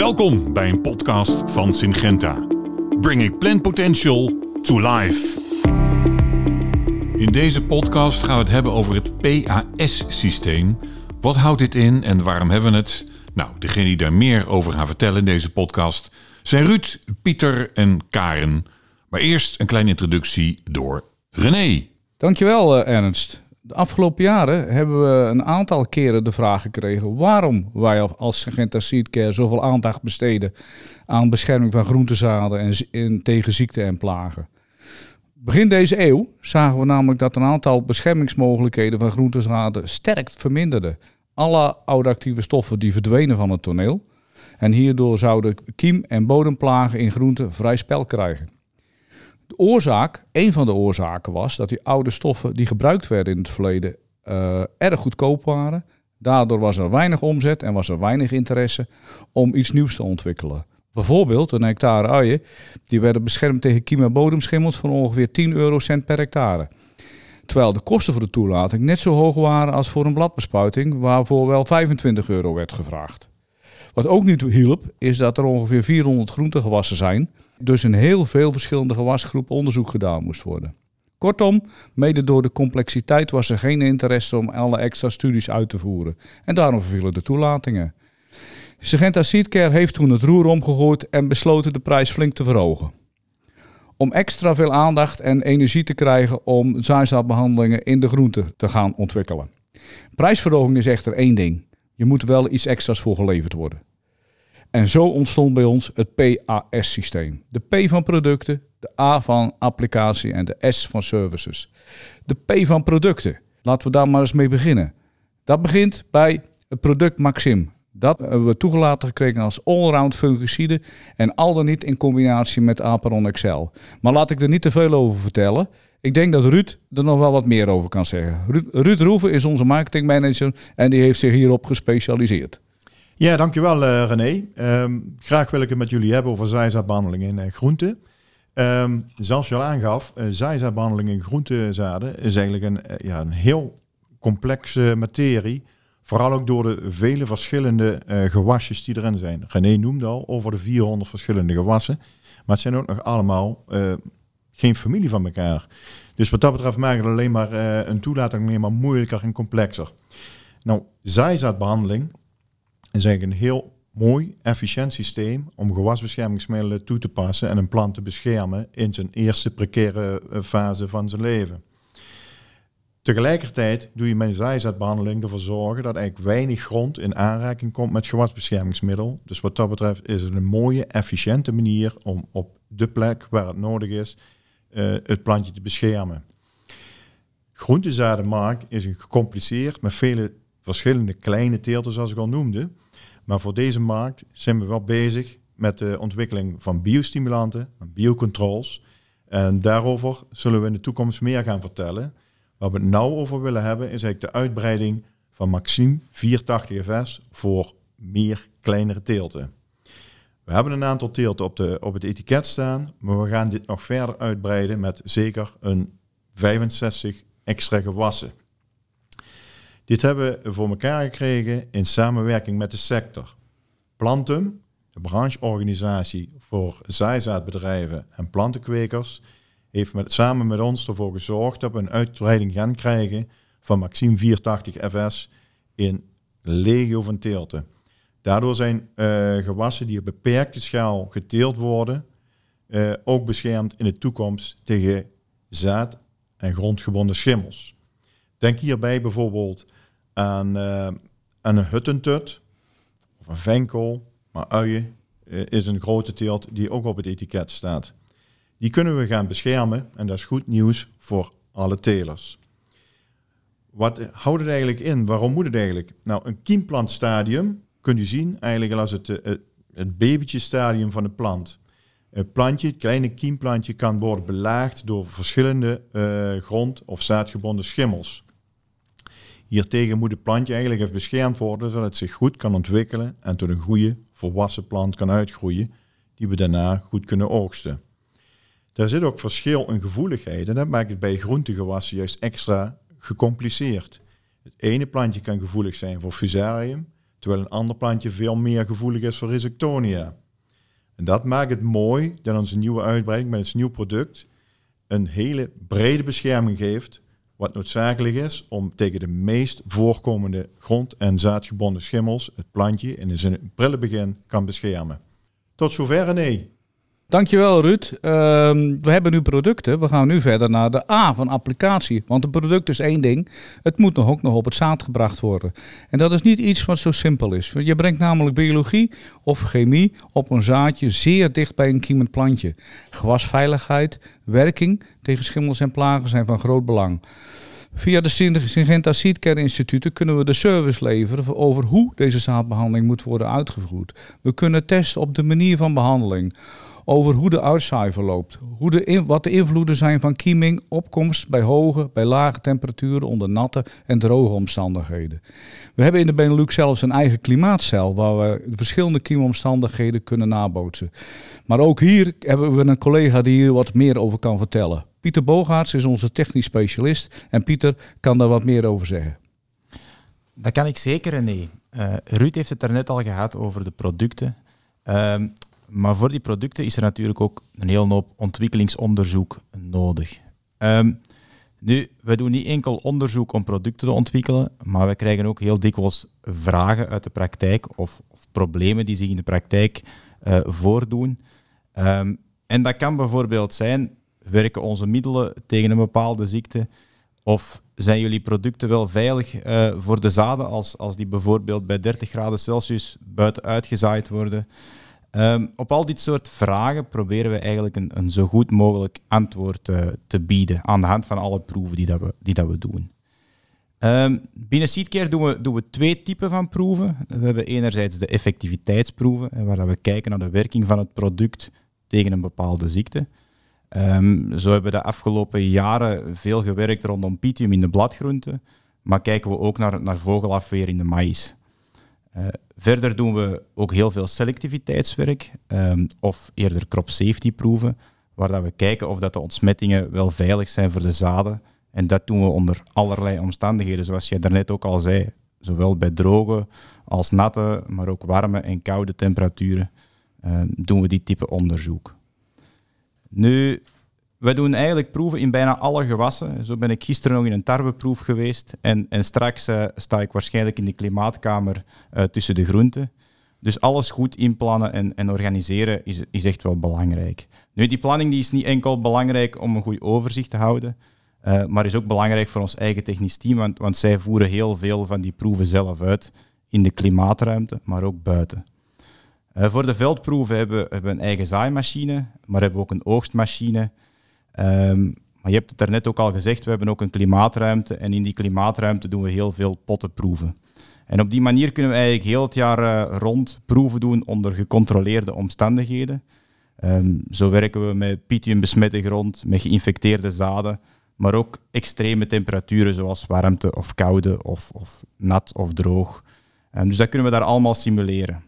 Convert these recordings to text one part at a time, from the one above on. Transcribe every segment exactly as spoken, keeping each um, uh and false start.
Welkom bij een podcast van Syngenta. Bringing plant potential to life. In deze podcast gaan we het hebben over het P A S-systeem. Wat houdt dit in en waarom hebben we het? Nou, degene die daar meer over gaan vertellen in deze podcast zijn Ruud, Pieter en Karen. Maar eerst een kleine introductie door René. Dankjewel Ernst. De afgelopen jaren hebben we een aantal keren de vraag gekregen waarom wij als Syngenta Seedcare zoveel aandacht besteden aan bescherming van groentezaden en, en tegen ziekten en plagen. Begin deze eeuw zagen we namelijk dat een aantal beschermingsmogelijkheden van groentezaden sterk verminderden. Alle oude actieve stoffen die verdwenen van het toneel en hierdoor zouden kiem- en bodemplagen in groenten vrij spel krijgen. De oorzaak, een van de oorzaken was dat die oude stoffen die gebruikt werden in het verleden uh, erg goedkoop waren. Daardoor was er weinig omzet en was er weinig interesse om iets nieuws te ontwikkelen. Bijvoorbeeld een hectare uien, die werden beschermd tegen kiem- en bodemschimmels voor ongeveer tien eurocent per hectare. Terwijl de kosten voor de toelating net zo hoog waren als voor een bladbespuiting, waarvoor wel vijfentwintig euro werd gevraagd. Wat ook niet hielp, is dat er ongeveer vierhonderd groentegewassen zijn, dus in heel veel verschillende gewasgroepen onderzoek gedaan moest worden. Kortom, mede door de complexiteit was er geen interesse om alle extra studies uit te voeren en daarom vervielen de toelatingen. Syngenta Seedcare heeft toen het roer omgegooid en besloten de prijs flink te verhogen. Om extra veel aandacht en energie te krijgen om zaaizaadbehandelingen in de groente te gaan ontwikkelen. Prijsverhoging is echter één ding. Je moet wel iets extra's voor geleverd worden. En zo ontstond bij ons het P A S-systeem. De P van producten, de A van applicatie en de S van services. De P van producten. Laten we daar maar eens mee beginnen. Dat begint bij het product Maxim. Dat hebben we toegelaten gekregen als allround fungicide en al dan niet in combinatie met Aperon X L. Maar laat ik er niet te veel over vertellen. Ik denk dat Ruud er nog wel wat meer over kan zeggen. Ruud, Ruud Roeven is onze marketingmanager en die heeft zich hierop gespecialiseerd. Ja, dankjewel uh, René. Um, graag wil ik het met jullie hebben over zaaizaadbehandeling in uh, groenten. Um, zoals je al aangaf, uh, zaaizaadbehandeling in groentezaden is eigenlijk een, uh, ja, een heel complexe materie. Vooral ook door de vele verschillende uh, gewasjes die erin zijn. René noemde al over de vierhonderd verschillende gewassen. Maar het zijn ook nog allemaal uh, geen familie van elkaar. Dus wat dat betreft maakt het alleen maar uh, een toelating meer maar moeilijker en complexer. Nou, zaaizaadbehandeling is eigenlijk een heel mooi, efficiënt systeem om gewasbeschermingsmiddelen toe te passen en een plant te beschermen in zijn eerste precaire fase van zijn leven. Tegelijkertijd doe je met zaaizaadbehandeling ervoor zorgen dat eigenlijk weinig grond in aanraking komt met gewasbeschermingsmiddel. Dus wat dat betreft is het een mooie, efficiënte manier om op de plek waar het nodig is uh, het plantje te beschermen. Groentezadenmarkt is een gecompliceerd met vele verschillende kleine teelten zoals ik al noemde. Maar voor deze markt zijn we wel bezig met de ontwikkeling van biostimulanten, biocontrols. En daarover zullen we in de toekomst meer gaan vertellen. Waar we het nou over willen hebben is eigenlijk de uitbreiding van Maxim vierhonderdtachtig F S voor meer kleinere teelten. We hebben een aantal teelten op, de, op het etiket staan, maar we gaan dit nog verder uitbreiden met zeker een vijfenzestig extra gewassen. Dit hebben we voor elkaar gekregen in samenwerking met de sector. Plantum, de brancheorganisatie voor zaaizaadbedrijven en plantenkwekers, heeft met, samen met ons ervoor gezorgd dat we een uitbreiding gaan krijgen van Maxim vierhonderdtachtig F S in legio van teelten. Daardoor zijn uh, gewassen die op beperkte schaal geteeld worden, uh, ook beschermd in de toekomst tegen zaad- en grondgebonden schimmels. Denk hierbij bijvoorbeeld aan, uh, aan een huttentut of een venkel, maar uien uh, is een grote teelt die ook op het etiket staat. Die kunnen we gaan beschermen en dat is goed nieuws voor alle telers. Wat houdt het eigenlijk in? Waarom moet het eigenlijk? Nou, een kiemplantstadium kun je zien eigenlijk als het, het, het babytjestadium van de plant. Het plantje, het kleine kiemplantje, kan worden belaagd door verschillende uh, grond- of zaadgebonden schimmels. Hiertegen moet het plantje eigenlijk even beschermd worden, zodat het zich goed kan ontwikkelen en tot een goede, volwassen plant kan uitgroeien, die we daarna goed kunnen oogsten. Daar zit ook verschil in gevoeligheid en dat maakt het bij groentegewassen juist extra gecompliceerd. Het ene plantje kan gevoelig zijn voor fusarium, terwijl een ander plantje veel meer gevoelig is voor Rhizoctonia. En dat maakt het mooi dat onze nieuwe uitbreiding met ons nieuw product een hele brede bescherming geeft, wat noodzakelijk is om tegen de meest voorkomende grond- en zaadgebonden schimmels het plantje in zijn prille begin kan beschermen. Tot zover, René. Dankjewel, Ruud. Uh, we hebben nu producten. We gaan nu verder naar de A van applicatie. Want een product is één ding. Het moet nog ook nog op het zaad gebracht worden. En dat is niet iets wat zo simpel is. Je brengt namelijk biologie of chemie op een zaadje zeer dicht bij een kiemend plantje. Gewasveiligheid, werking tegen schimmels en plagen zijn van groot belang. Via de Syngenta Seedcare Instituten kunnen we de service leveren over hoe deze zaadbehandeling moet worden uitgevoerd. We kunnen testen op de manier van behandeling, over hoe de uitzaai verloopt, hoe de in, wat de invloeden zijn van kieming, opkomst bij hoge, bij lage temperaturen onder natte en droge omstandigheden. We hebben in de Benelux zelfs een eigen klimaatcel waar we de verschillende kiemomstandigheden kunnen nabootsen. Maar ook hier hebben we een collega die hier wat meer over kan vertellen. Pieter Bogaerts is onze technisch specialist en Pieter kan daar wat meer over zeggen. Dat kan ik zeker, René. Uh, Ruud heeft het daarnet al gehad over de producten. Uh, maar voor die producten is er natuurlijk ook een hele hoop ontwikkelingsonderzoek nodig. Um, nu, we doen niet enkel onderzoek om producten te ontwikkelen, maar we krijgen ook heel dikwijls vragen uit de praktijk of, of problemen die zich in de praktijk uh, voordoen. Um, en dat kan bijvoorbeeld zijn, werken onze middelen tegen een bepaalde ziekte? Of zijn jullie producten wel veilig uh, voor de zaden als, als die bijvoorbeeld bij dertig graden Celsius buiten uitgezaaid worden? Um, op al dit soort vragen proberen we eigenlijk een, een zo goed mogelijk antwoord uh, te bieden aan de hand van alle proeven die, dat we, die dat we doen. Um, binnen Seedcare doen we, doen we twee typen van proeven. We hebben enerzijds de effectiviteitsproeven, waar dat we kijken naar de werking van het product tegen een bepaalde ziekte. Um, zo hebben we de afgelopen jaren veel gewerkt rondom pythium in de bladgroenten, maar kijken we ook naar, naar vogelafweer in de maïs. Uh, verder doen we ook heel veel selectiviteitswerk, um, of eerder crop safety proeven, waar dat we kijken of dat de ontsmettingen wel veilig zijn voor de zaden. En dat doen we onder allerlei omstandigheden, zoals jij daarnet ook al zei, zowel bij droge als natte, maar ook warme en koude temperaturen, uh, doen we die type onderzoek. Nu, wij doen eigenlijk proeven in bijna alle gewassen. Zo ben ik gisteren nog in een tarweproef geweest en, en straks uh, sta ik waarschijnlijk in de klimaatkamer uh, tussen de groenten. Dus alles goed inplannen en, en organiseren is, is echt wel belangrijk. Nu, die planning die is niet enkel belangrijk om een goed overzicht te houden, uh, maar is ook belangrijk voor ons eigen technisch team, want, want zij voeren heel veel van die proeven zelf uit in de klimaatruimte, maar ook buiten. Uh, voor de veldproeven hebben, hebben we een eigen zaaimachine, maar hebben we ook een oogstmachine. Um, maar je hebt het daarnet ook al gezegd, we hebben ook een klimaatruimte en in die klimaatruimte doen we heel veel pottenproeven. En op die manier kunnen we eigenlijk heel het jaar uh, rond proeven doen onder gecontroleerde omstandigheden. Um, zo werken we met pythiumbesmette grond, met geïnfecteerde zaden, maar ook extreme temperaturen zoals warmte of koude of, of nat of droog. Um, dus dat kunnen we daar allemaal simuleren.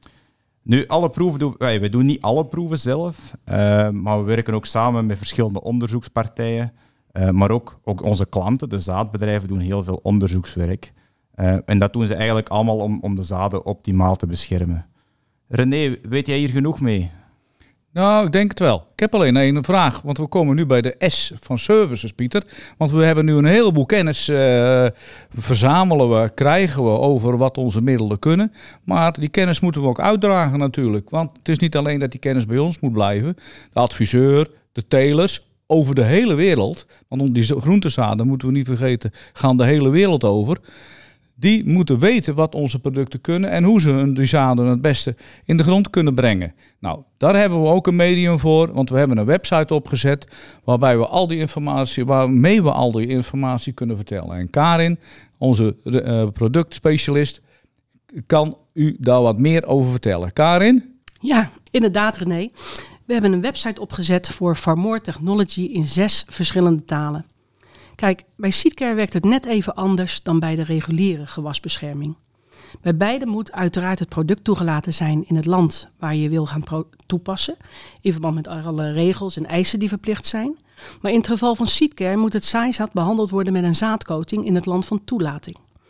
Nu, alle proeven doen, wij, wij doen niet alle proeven zelf, uh, maar we werken ook samen met verschillende onderzoekspartijen. Uh, maar ook, ook onze klanten, de zaadbedrijven, doen heel veel onderzoekswerk. Uh, en dat doen ze eigenlijk allemaal om, om de zaden optimaal te beschermen. René, weet jij hier genoeg mee? Nou, ik denk het wel. Ik heb alleen één vraag, want we komen nu bij de S van services, Pieter. Want we hebben nu een heleboel kennis, uh, verzamelen we, krijgen we over wat onze middelen kunnen. Maar die kennis moeten we ook uitdragen natuurlijk. Want het is niet alleen dat die kennis bij ons moet blijven. De adviseur, de telers, over de hele wereld. Want die groentezaden, moeten we niet vergeten, gaan de hele wereld over. Die moeten weten wat onze producten kunnen en hoe ze die zaden het beste in de grond kunnen brengen. Nou, daar hebben we ook een medium voor, want we hebben een website opgezet waarbij we al die informatie, waarmee we al die informatie kunnen vertellen. En Karin, onze uh, productspecialist, kan u daar wat meer over vertellen. Karin? Ja, inderdaad René. We hebben een website opgezet voor Farmore Technology in zes verschillende talen. Kijk, bij Seedcare werkt het net even anders dan bij de reguliere gewasbescherming. Bij beide moet uiteraard het product toegelaten zijn in het land waar je wil gaan pro- toepassen, in verband met alle regels en eisen die verplicht zijn. Maar in het geval van Seedcare moet het zaaizaad behandeld worden met een zaadcoating in het land van toelating.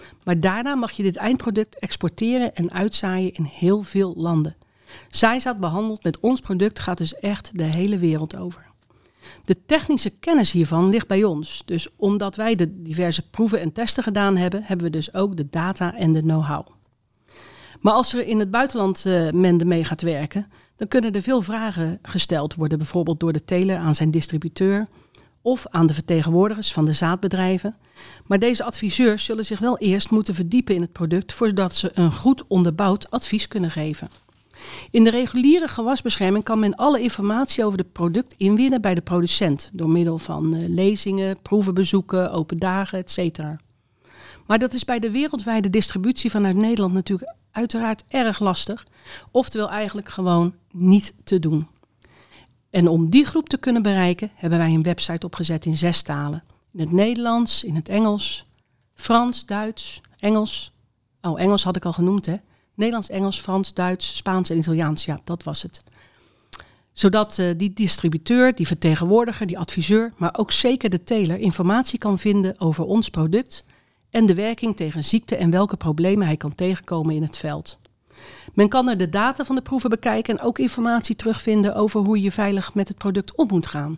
Maar daarna mag je dit eindproduct exporteren en uitzaaien in heel veel landen. Zaaizaad behandeld met ons product gaat dus echt de hele wereld over. De technische kennis hiervan ligt bij ons. Dus omdat wij de diverse proeven en testen gedaan hebben, hebben we dus ook de data en de know-how. Maar als er in het buitenland uh, men ermee gaat werken, dan kunnen er veel vragen gesteld worden. Bijvoorbeeld door de teler aan zijn distributeur of aan de vertegenwoordigers van de zaadbedrijven. Maar deze adviseurs zullen zich wel eerst moeten verdiepen in het product voordat ze een goed onderbouwd advies kunnen geven. In de reguliere gewasbescherming kan men alle informatie over het product inwinnen bij de producent door middel van uh, lezingen, proevenbezoeken, open dagen, et cetera. Maar dat is bij de wereldwijde distributie vanuit Nederland natuurlijk uiteraard erg lastig, oftewel eigenlijk gewoon niet te doen. En om die groep te kunnen bereiken, hebben wij een website opgezet in zes talen. In het Nederlands, in het Engels, Frans, Duits, Engels. Oh, Engels had ik al genoemd, hè? Nederlands, Engels, Frans, Duits, Spaans en Italiaans. Ja, dat was het. Zodat uh, die distributeur, die vertegenwoordiger, die adviseur, maar ook zeker de teler informatie kan vinden over ons product en de werking tegen ziekte en welke problemen hij kan tegenkomen in het veld. Men kan er de data van de proeven bekijken en ook informatie terugvinden over hoe je veilig met het product om moet gaan.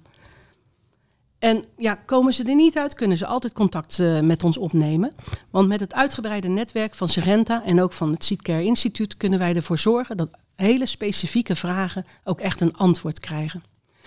En ja, komen ze er niet uit, kunnen ze altijd contact uh, met ons opnemen. Want met het uitgebreide netwerk van Syngenta en ook van het Seedcare Instituut kunnen wij ervoor zorgen dat hele specifieke vragen ook echt een antwoord krijgen.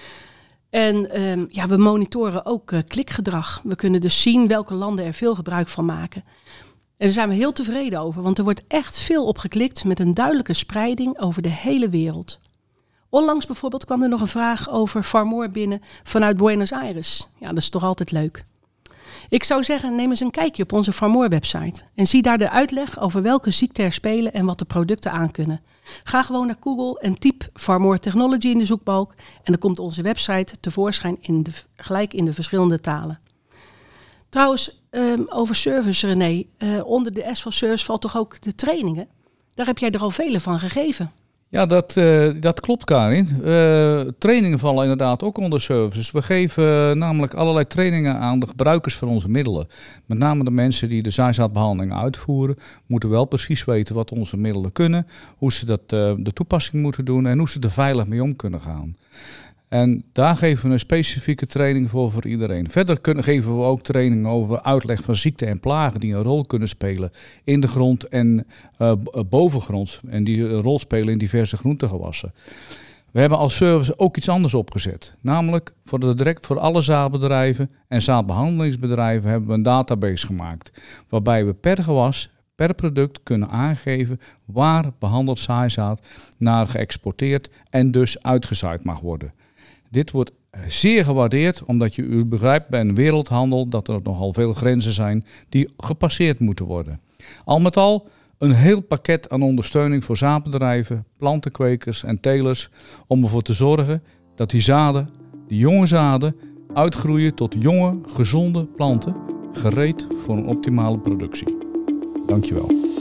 En um, ja, we monitoren ook uh, klikgedrag. We kunnen dus zien welke landen er veel gebruik van maken. En daar zijn we heel tevreden over, want er wordt echt veel op geklikt met een duidelijke spreiding over de hele wereld. Onlangs bijvoorbeeld kwam er nog een vraag over Farmore binnen vanuit Buenos Aires. Ja, dat is toch altijd leuk. Ik zou zeggen, neem eens een kijkje op onze Farmore website en zie daar de uitleg over welke ziekten er spelen en wat de producten aankunnen. Ga gewoon naar Google en typ Farmore Technology in de zoekbalk en dan komt onze website tevoorschijn in de, gelijk in de verschillende talen. Trouwens, um, over service René, uh, onder de S van Service valt toch ook de trainingen? Daar heb jij er al vele van gegeven. Ja, dat, uh, dat klopt, Karin. Uh, trainingen vallen inderdaad ook onder services. We geven uh, namelijk allerlei trainingen aan de gebruikers van onze middelen. Met name de mensen die de zaaizaadbehandeling uitvoeren, moeten wel precies weten wat onze middelen kunnen, hoe ze dat, uh, de toepassing moeten doen en hoe ze er veilig mee om kunnen gaan. En daar geven we een specifieke training voor voor iedereen. Verder kunnen, geven we ook training over uitleg van ziekten en plagen die een rol kunnen spelen in de grond en uh, bovengrond. En die een rol spelen in diverse groentegewassen. We hebben als service ook iets anders opgezet. Namelijk voor de, direct voor alle zaadbedrijven en zaadbehandelingsbedrijven hebben we een database gemaakt. Waarbij we per gewas, per product kunnen aangeven waar behandeld zaaizaad naar geëxporteerd en dus uitgezaaid mag worden. Dit wordt zeer gewaardeerd, omdat je u begrijpt bij een wereldhandel dat er nogal veel grenzen zijn die gepasseerd moeten worden. Al met al een heel pakket aan ondersteuning voor zaadbedrijven, plantenkwekers en telers om ervoor te zorgen dat die zaden, die jonge zaden, uitgroeien tot jonge, gezonde planten, gereed voor een optimale productie. Dankjewel.